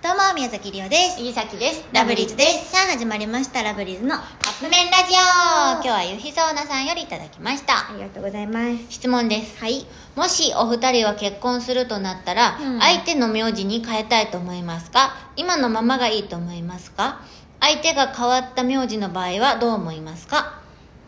どうも、宮崎りおです。 杉崎です。 ラブリーズです。さあ、始まりました、ラブリーズのカップ麺ラジオ。今日はゆひそうなさんよりいただきました。 ありがとうございます。 質問です。 はい。 もしお二人は結婚するとなったら、相手の名字に変えたいと思いますか？今のままがいいと思いますか？相手が変わった名字の場合はどう思いますか？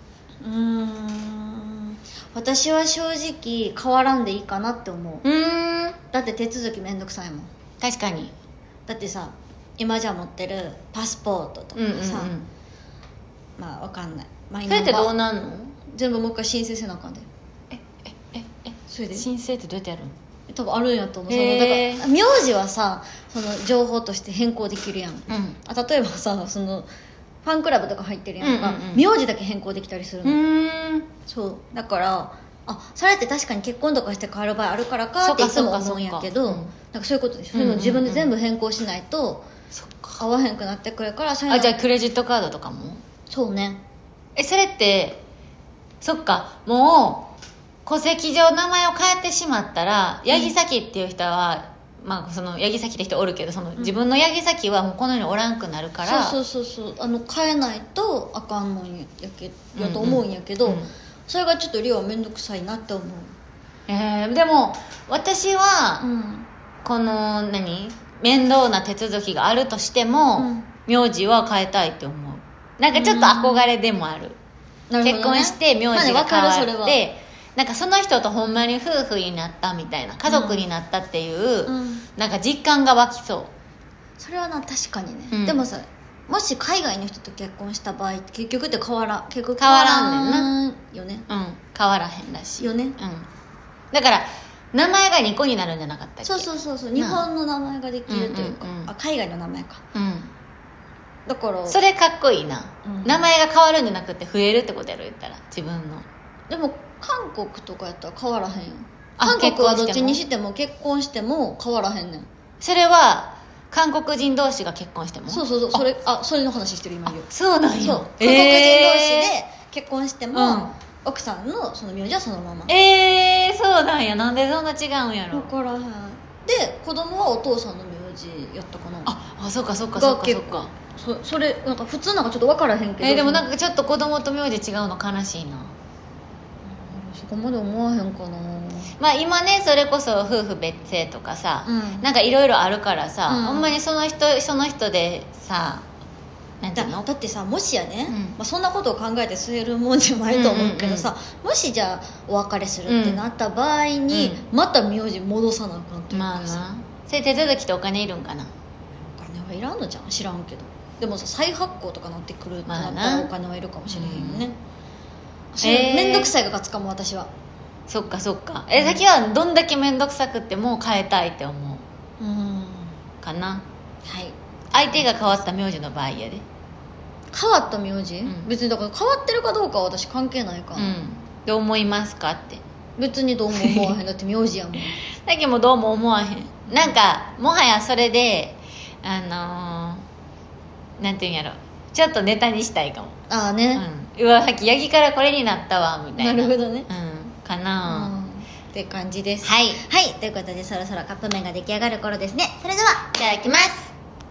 私は正直変わらんでいいかなって思う。 だだって手続きめんどくさいもん。 確かに。 だってさ、今じゃ持ってるパスポートとかさ、まあわかんない。 それってどうなんの？ 全部もう一回申請せなあかんで。それで申請ってどうやってやるの？ 多分あるんやと思う。だから名字はさ、その情報として変更できるやん。例えばさ、そのファンクラブとか入ってるやんか、名字だけ変更できたりするの。そうだから、それって確かに結婚とかして変わる場合あるからかっていつも思うんやけど、なんかそういうことでしょ。そういうの自分で全部変更しないと合わへんくなってくるから。 じゃあクレジットカードとかも？ そうね。 それってそっか、もう戸籍上名前を変えてしまったら、八木崎っていう人は、まあその八木崎って人おるけど、その自分の八木崎はもうこの世におらんくなるから、 そう変えないとあかんのんやと思うんやけど、それがちょっとリオは面倒くさいなって思う。 でも私は、この面倒な手続きがあるとしても、名字は変えたいって思う。なんかちょっと憧れでもある。結婚して名字が変わって、なんかその人とほんまに夫婦になったみたいな、家族になったっていう、なんか実感が湧きそう。 それはな、確かにね。でもさ、もし海外の人と結婚した場合って結局って変わらんねんなよね。 変わらへんらしいよね。 だから名前が2個になるんじゃなかったっけ？ そう日本の名前ができるというか、海外の名前か。だからそれかっこいいな。名前が変わるんじゃなくて増えるってことやろ、言ったら自分の。 でも韓国とかやったら変わらへんよ。韓国はどっちにしても結婚しても変わらへんねん。 それは韓国人同士が結婚しても？ そうそれの話してる今。 そうなんや。 韓国人同士で結婚しても、奥さんのその名字はそのまま。 そうなんや。なんでそんな違うんやろ。 分からへん。で子供はお父さんの名字やったかな。 そっかそれなんか普通なんかちょっと分からへんけど、 でもなんかちょっと子供と名字違うの悲しいな。 そこまで思わへんかな。 まあ今ね、それこそ夫婦別姓とかさ、なんかいろいろあるからさ、ほんまにその人でさ、なんていうの？ だってさ、もしやね、そんなことを考えて据えるもんじゃないと思うけどさ、もしじゃあお別れするってなった場合に、また名字戻さなあかんというかさ、 それ手続きってお金いるんかな？ お金はいらんのじゃん、知らんけど。でもさ、再発行とかなってくるってなったらお金はいるかもしれへんよね。めんどくさいが勝つかも、私は。 そっかさっきはどんだけめんどくさくっても変えたいって思うかな。相手が変わった名字の場合やで。 変わった名字？別にだから変わってるかどうかは私関係ないから。 どう思いますかって。 別にどうも思わへん。だって名字やもん。 だけどどうも思わへん。なんかもはやそれでなんていうんやろ、ちょっとネタにしたいかも。うわ、さっきヤギからこれになったわみたいな。 なるほどね。 かなって感じです。 はい、 ということでそろそろカップ麺が出来上がる頃ですね。それではいただきます。